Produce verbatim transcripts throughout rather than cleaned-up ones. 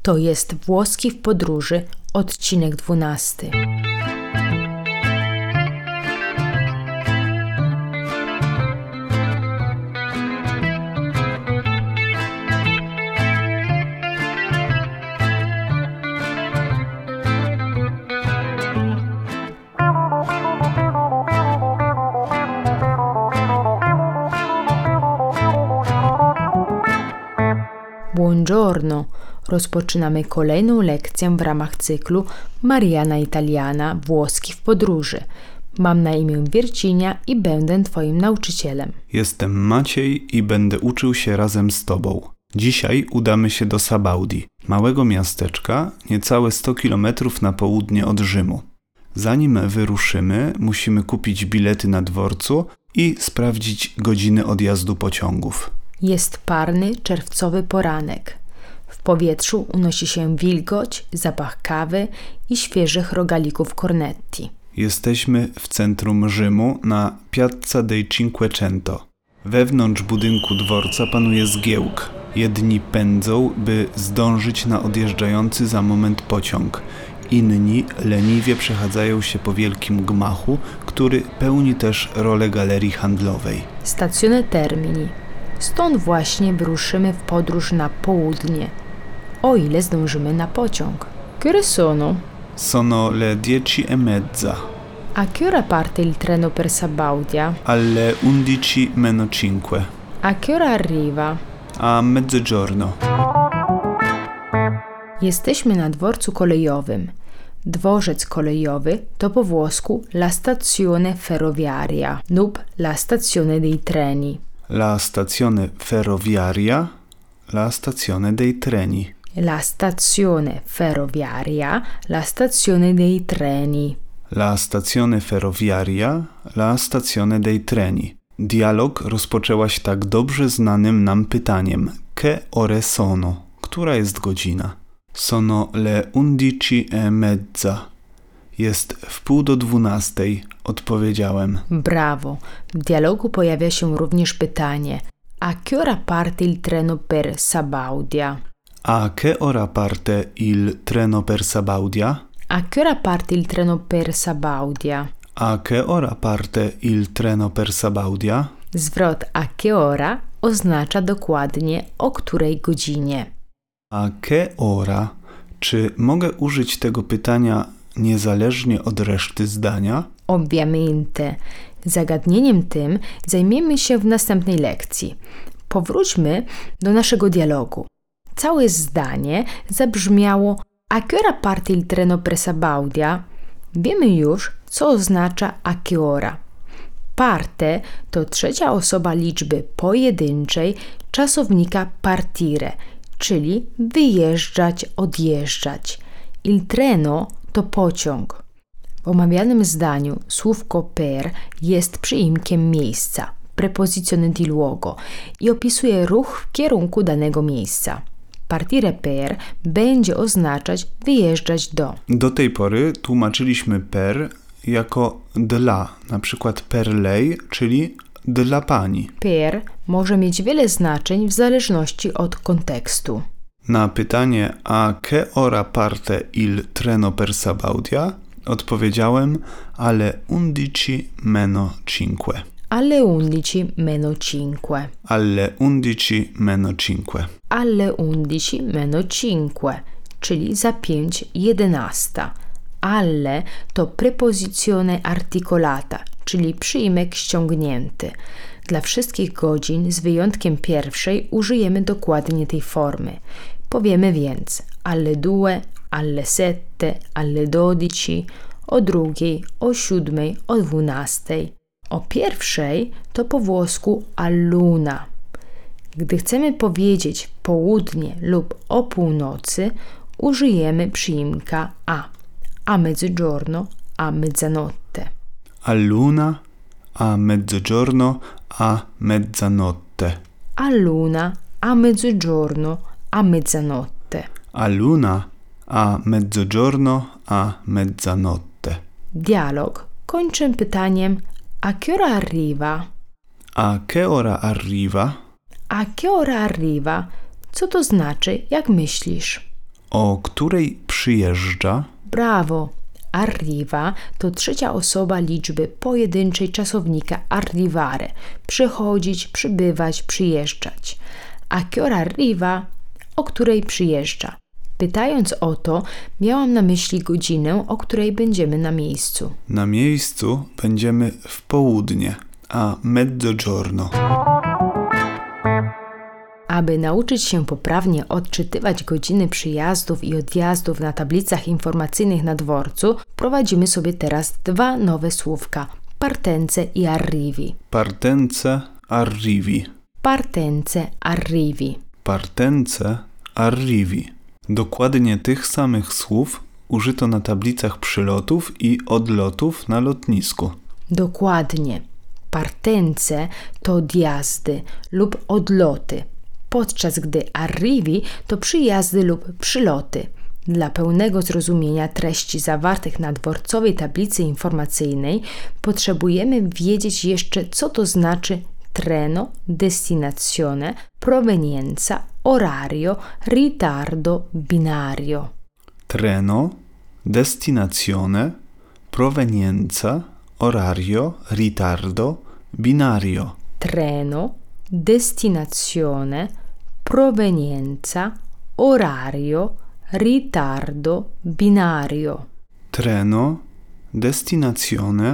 To jest Włoski w podróży, odcinek dwunasty. Buongiorno! Rozpoczynamy kolejną lekcję w ramach cyklu Mariana Italiana – Włoski w podróży. Mam na imię Wiercinia i będę Twoim nauczycielem. Jestem Maciej i będę uczył się razem z Tobą. Dzisiaj udamy się do Sabaudi, małego miasteczka, niecałe sto kilometrów na południe od Rzymu. Zanim wyruszymy, musimy kupić bilety na dworcu i sprawdzić godziny odjazdu pociągów. Jest parny, czerwcowy poranek. W powietrzu unosi się wilgoć, zapach kawy i świeżych rogalików cornetti. Jesteśmy w centrum Rzymu na Piazza dei Cinquecento. Wewnątrz budynku dworca panuje zgiełk. Jedni pędzą, by zdążyć na odjeżdżający za moment pociąg. Inni leniwie przechadzają się po wielkim gmachu, który pełni też rolę galerii handlowej. Stazione Termini. Stąd właśnie wyruszymy w podróż na południe, o ile zdążymy na pociąg. Che ore sono? Sono le dieci e mezza. A che ora parte il treno per Sabaudia? Alle undici meno cinque. A che ora arriva? A mezzogiorno. Jesteśmy na dworcu kolejowym. Dworzec kolejowy to po włosku la stazione ferroviaria lub la stazione dei treni. La stazione ferroviaria, la stazione dei treni. La stazione ferroviaria, la stazione dei treni. La stazione ferroviaria, la stazione dei treni. Dialog rozpoczęłaś tak dobrze znanym nam pytaniem. Che ore sono? Która jest godzina? Sono le undici e mezza. Jest w pół do dwunastej, odpowiedziałem. Brawo! W dialogu pojawia się również pytanie. A che ora parte il treno per Sabaudia? A che ora parte il treno per Sabaudia? A che ora parte il treno per Sabaudia? A che ora parte il treno per Sabaudia? Zwrot a che ora oznacza dokładnie o której godzinie. A che ora? Czy mogę użyć tego pytania niezależnie od reszty zdania? Ovviamente. Zagadnieniem tym zajmiemy się w następnej lekcji. Powróćmy do naszego dialogu. Całe zdanie zabrzmiało a che ora parte il treno per Sabaudia? Wiemy już, co oznacza a che ora. Parte to trzecia osoba liczby pojedynczej czasownika partire, czyli wyjeżdżać, odjeżdżać. Il treno to pociąg. W omawianym zdaniu słówko per jest przyimkiem miejsca, preposizione di luogo, i opisuje ruch w kierunku danego miejsca. Partire per będzie oznaczać wyjeżdżać do. Do tej pory tłumaczyliśmy per jako dla, na przykład per lei, czyli dla pani. Per może mieć wiele znaczeń w zależności od kontekstu. Na pytanie a che ora parte il treno per Sabaudia odpowiedziałem alle undici meno cinque. Alle undici meno cinque. Alle undici meno cinque. Alle undici meno cinque, czyli za pięć jedenasta. Alle to preposizione articolata, czyli przyimek ściągnięty. Dla wszystkich godzin z wyjątkiem pierwszej użyjemy dokładnie tej formy. Powiemy więc alle due, alle sette, alle dodici, o drugiej, o siódmej, o dwunastej. O pierwszej to po włosku all'una. Gdy chcemy powiedzieć południe lub o północy, użyjemy przyimka a. A mezzogiorno, a mezzanotte. All'una, a mezzogiorno, a mezzanotte. All'una, a mezzogiorno, a mezzanotte. All'una, a mezzogiorno, a mezzanotte. Dialog kończę pytaniem a che ora arriva? A che ora arriva? A che ora arriva? Co to znaczy, jak myślisz? O której przyjeżdża? Brawo! Arriva to trzecia osoba liczby pojedynczej czasownika arrivare. Przychodzić, przybywać, przyjeżdżać. A che ora arriva? O której przyjeżdża. Pytając o to, miałam na myśli godzinę, o której będziemy na miejscu. Na miejscu będziemy w południe, a mezzogiorno. Aby nauczyć się poprawnie odczytywać godziny przyjazdów i odjazdów na tablicach informacyjnych na dworcu, prowadzimy sobie teraz dwa nowe słówka – partenze i arrivi. Partenze, arrivi. Partenze, arrivi. Partenze, arrivi. Dokładnie tych samych słów użyto na tablicach przylotów i odlotów na lotnisku. Dokładnie. Partenze to odjazdy lub odloty, podczas gdy arrivi to przyjazdy lub przyloty. Dla pełnego zrozumienia treści zawartych na dworcowej tablicy informacyjnej potrzebujemy wiedzieć jeszcze, co to znaczy treno, destinazione, provenienza, orario, ritardo, binario. Treno, destinazione, provenienza, orario, ritardo, binario. Treno, destinazione, provenienza, orario, ritardo, binario. Treno, destinazione,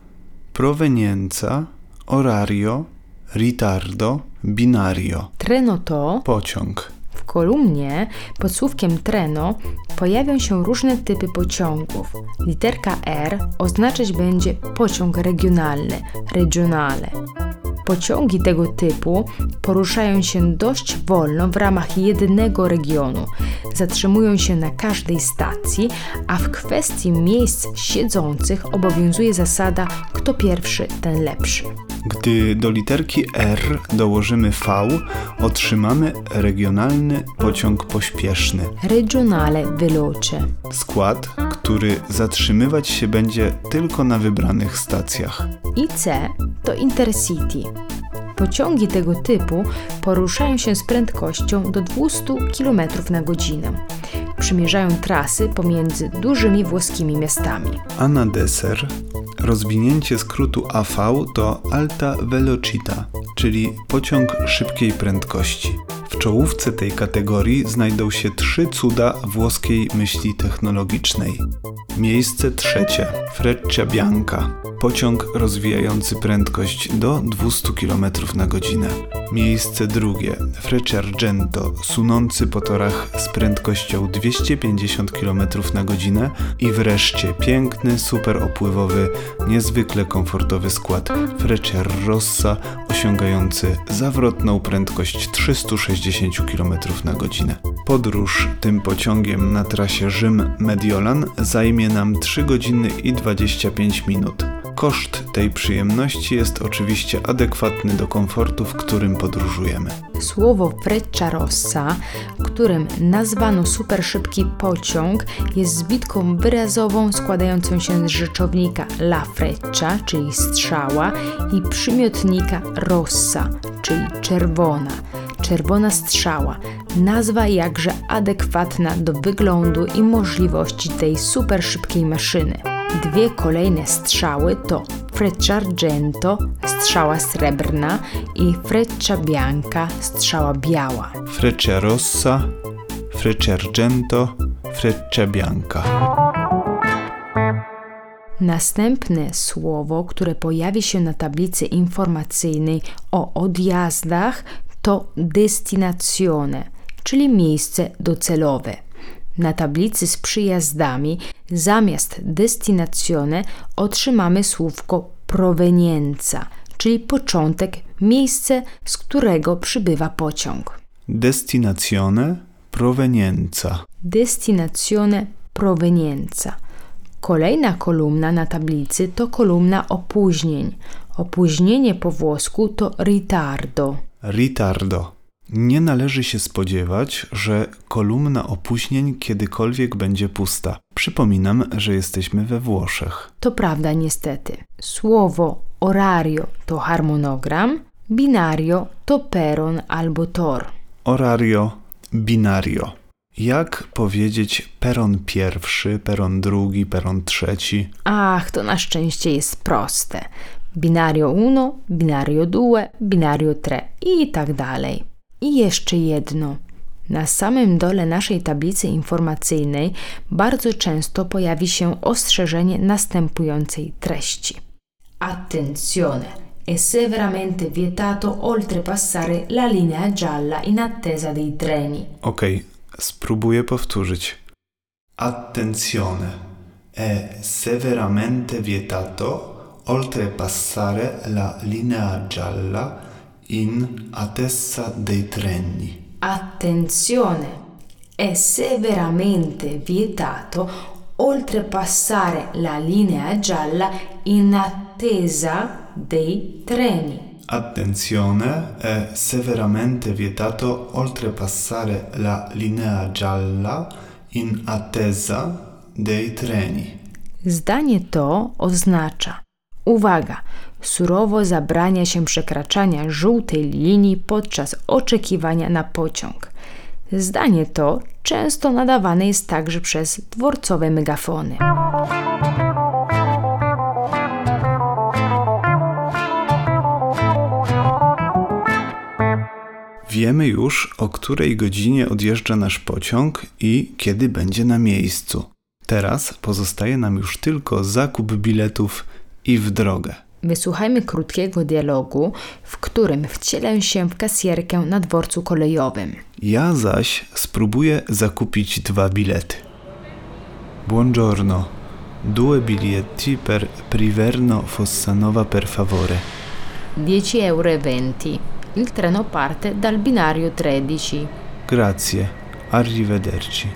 provenienza, orario, ritardo, binario. Treno to Pociąg. w kolumnie pod słówkiem treno pojawią się różne typy pociągów. Literka R oznaczać będzie pociąg regionalny, regionale. Pociągi tego typu poruszają się dość wolno w ramach jednego regionu. Zatrzymują się na każdej stacji, a w kwestii miejsc siedzących obowiązuje zasada kto pierwszy, ten lepszy. Gdy do literki R dołożymy V, otrzymamy regionalny pociąg pośpieszny. Regionale veloce. Skład, który zatrzymywać się będzie tylko na wybranych stacjach. I C to Intercity. Pociągi tego typu poruszają się z prędkością do dwieście kilometrów na godzinę. Przymierzają trasy pomiędzy dużymi włoskimi miastami. A na deser rozwinięcie skrótu A V to Alta Velocità, czyli pociąg szybkiej prędkości. W czołówce tej kategorii znajdą się trzy cuda włoskiej myśli technologicznej. Miejsce trzecie – Freccia Bianca, pociąg rozwijający prędkość do dwieście kilometrów na godzinę. Miejsce drugie – Frecciargento, sunący po torach z prędkością dwieście pięćdziesiąt kilometrów na godzinę. I wreszcie piękny, superopływowy, niezwykle komfortowy skład Frecciarossa, osiągający zawrotną prędkość trzysta sześćdziesiąt kilometrów na godzinę. Podróż tym pociągiem na trasie Rzym-Mediolan zajmie nam trzy godziny i dwadzieścia pięć minut. Koszt tej przyjemności jest oczywiście adekwatny do komfortu, w którym podróżujemy. Słowo Frecciarossa, którym nazwano superszybki pociąg, jest zbitką wyrazową składającą się z rzeczownika la freccia, czyli strzała, i przymiotnika rossa, czyli czerwona. Czerwona strzała. Nazwa jakże adekwatna do wyglądu i możliwości tej superszybkiej maszyny. Dwie kolejne strzały to Frecciargento, strzała srebrna, i Freccia Bianca, strzała biała. Frecciarossa, Frecciargento, Freccia Bianca. Następne słowo, które pojawi się na tablicy informacyjnej o odjazdach, to destinazione, czyli miejsce docelowe. Na tablicy z przyjazdami zamiast destinazione otrzymamy słówko provenienza, czyli początek, miejsce, z którego przybywa pociąg. Destinazione, provenienza. Destinazione, provenienza. Kolejna kolumna na tablicy to kolumna opóźnień. Opóźnienie po włosku to ritardo. Ritardo. Nie należy się spodziewać, że kolumna opóźnień kiedykolwiek będzie pusta. Przypominam, że jesteśmy we Włoszech. To prawda niestety. Słowo orario to harmonogram, binario to peron albo tor. Orario, binario. Jak powiedzieć peron pierwszy, peron drugi, peron trzeci? Ach, to na szczęście jest proste. Binario uno, binario due, binario tre i tak dalej. I jeszcze jedno. Na samym dole naszej tablicy informacyjnej bardzo często pojawi się ostrzeżenie następującej treści. Attenzione! È severamente vietato oltrepassare la linea gialla in attesa dei treni. Okej, okay, spróbuję powtórzyć. Attenzione! È severamente vietato oltrepassare la linea gialla in attesa dei treni. Attenzione! È severamente vietato oltrepassare la linea gialla in attesa dei treni. Attenzione, è severamente vietato oltrepassare la linea gialla in attesa dei treni. Zdanie to oznacza: uwaga, surowo zabrania się przekraczania żółtej linii podczas oczekiwania na pociąg. Zdanie to często nadawane jest także przez dworcowe megafony. Wiemy już, o której godzinie odjeżdża nasz pociąg i kiedy będzie na miejscu. Teraz pozostaje nam już tylko zakup biletów i w drogę. Wysłuchajmy krótkiego dialogu, w którym wcielę się w kasjerkę na dworcu kolejowym. Ja zaś spróbuję zakupić dwa bilety. Buongiorno. Due biglietti per Priverno Fossanova per favore. dieci euro e venti. Il treno parte dal binario tredici. Grazie. Arrivederci.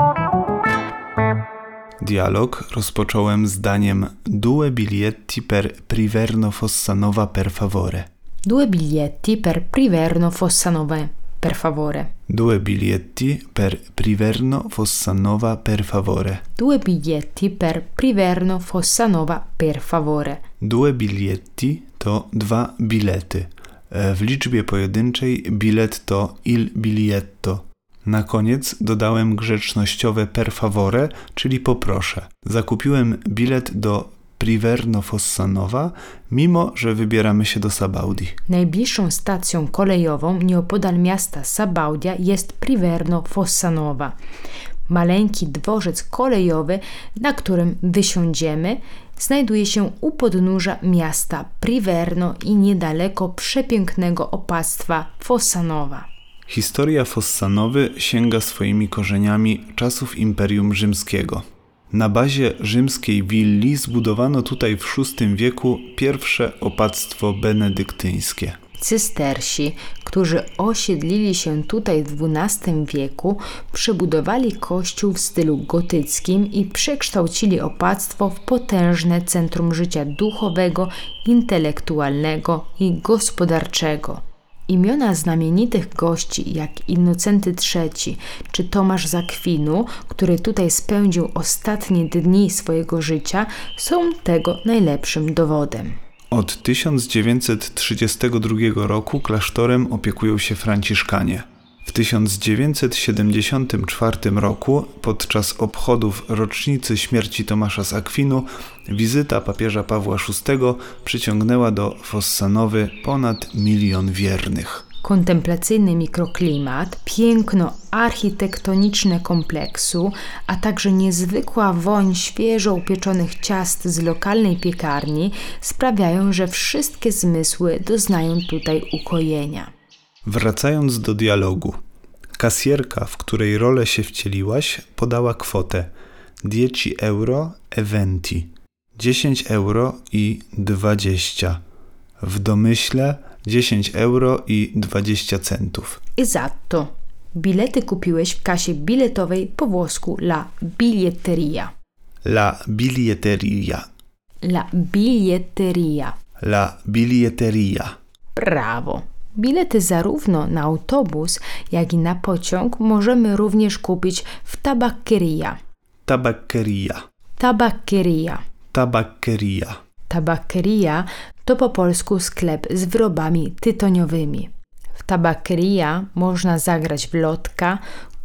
Dialog rozpocząłem zdaniem Due biglietti per Priverno Fossanova per favore. Due biglietti per Priverno Fossanova per favore. Due biglietti per Priverno Fossanova per favore. Due biglietti per Priverno Fossanova per favore. Due biglietti to dwa bilety. W liczbie pojedynczej bilet to il biglietto. Na koniec dodałem grzecznościowe per favore, czyli poproszę. Zakupiłem bilet do Priverno Fossanova, mimo że wybieramy się do Sabaudi. Najbliższą stacją kolejową nieopodal miasta Sabaudia jest Priverno Fossanova. Maleńki dworzec kolejowy, na którym wysiądziemy, znajduje się u podnóża miasta Priverno i niedaleko przepięknego opactwa Fossanova. Historia Fossanowy sięga swoimi korzeniami czasów Imperium Rzymskiego. Na bazie rzymskiej willi zbudowano tutaj w szóstym wieku pierwsze opactwo benedyktyńskie. Cystersi, którzy osiedlili się tutaj w dwunastym wieku, przebudowali kościół w stylu gotyckim i przekształcili opactwo w potężne centrum życia duchowego, intelektualnego i gospodarczego. Imiona znamienitych gości jak Innocenty trzeci czy Tomasz z Akwinu, który tutaj spędził ostatnie dni swojego życia, są tego najlepszym dowodem. Od tysiąc dziewięćset trzydziestego drugiego roku klasztorem opiekują się Franciszkanie. W tysiąc dziewięćset siedemdziesiątym czwartym roku, podczas obchodów rocznicy śmierci Tomasza z Akwinu, wizyta papieża Pawła szóstego przyciągnęła do Fossanowy ponad milion wiernych. Kontemplacyjny mikroklimat, piękno architektoniczne kompleksu, a także niezwykła woń świeżo upieczonych ciast z lokalnej piekarni sprawiają, że wszystkie zmysły doznają tutaj ukojenia. Wracając do dialogu. Kasjerka, w której rolę się wcieliłaś, podała kwotę dziesięć euro e venti. dziesięć euro i dwadzieścia. W domyśle dziesięć euro i dwadzieścia centów. Esatto. Bilety kupiłeś w kasie biletowej, po włosku la biglietteria. La biglietteria. La biglietteria. La biglietteria. Brawo. Bilety zarówno na autobus, jak i na pociąg możemy również kupić w tabaccheria. Tabaccheria. Tabaccheria. Tabaccheria. Tabaccheria to po polsku sklep z wyrobami tytoniowymi. W tabaccheria można zagrać w lotka,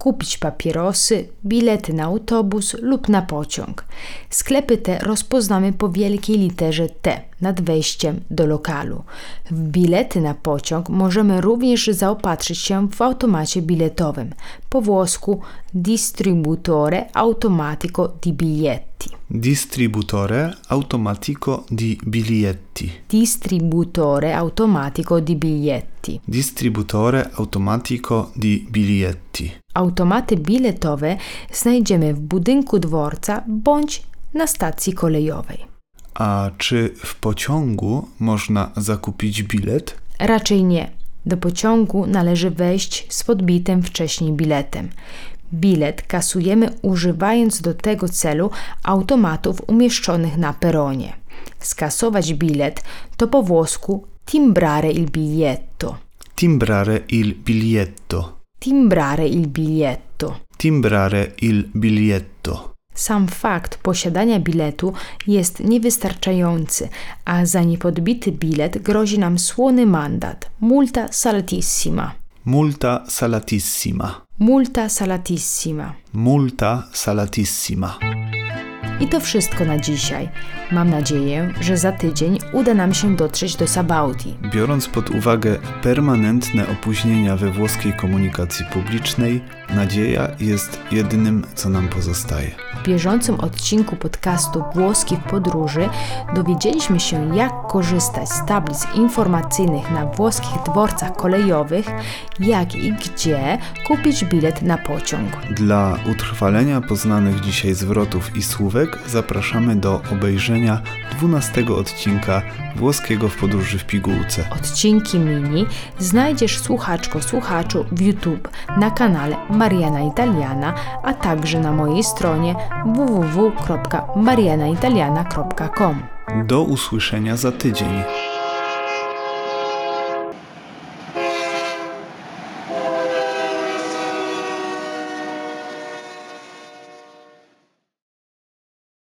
kupić papierosy, bilety na autobus lub na pociąg. Sklepy te rozpoznamy po wielkiej literze T nad wejściem do lokalu. W bilety na pociąg możemy również zaopatrzyć się w automacie biletowym, po włosku distributore automatico di biglietti. Distributore automatico di biglietti. Distributore automatico di biglietti. Distributore automatico di biglietti. Automaty biletowe znajdziemy w budynku dworca bądź na stacji kolejowej. A czy w pociągu można zakupić bilet? Raczej nie. Do pociągu należy wejść z podbitym wcześniej biletem. Bilet kasujemy używając do tego celu automatów umieszczonych na peronie. Skasować bilet to po włosku timbrare il biglietto. Timbrare il biglietto. Timbrare il biglietto. Timbrare il biglietto. Sam fakt posiadania biletu jest niewystarczający, a za niepodbity bilet grozi nam słony mandat. Multa salatissima. Multa salatissima. Multa salatissima. Multa salatissima. I to wszystko na dzisiaj. Mam nadzieję, że za tydzień uda nam się dotrzeć do Sabauti. Biorąc pod uwagę permanentne opóźnienia we włoskiej komunikacji publicznej, nadzieja jest jedynym, co nam pozostaje. W bieżącym odcinku podcastu Włoski w podróży dowiedzieliśmy się, jak korzystać z tablic informacyjnych na włoskich dworcach kolejowych, jak i gdzie kupić bilet na pociąg. Dla utrwalenia poznanych dzisiaj zwrotów i słówek zapraszamy do obejrzenia dwunastego odcinka Włoskiego w podróży w pigułce. Odcinki mini znajdziesz, słuchaczko, słuchaczu, w YouTube na kanale Mariana Italiana, a także na mojej stronie w w w kropka mariana italiana kropka com. Do usłyszenia za tydzień.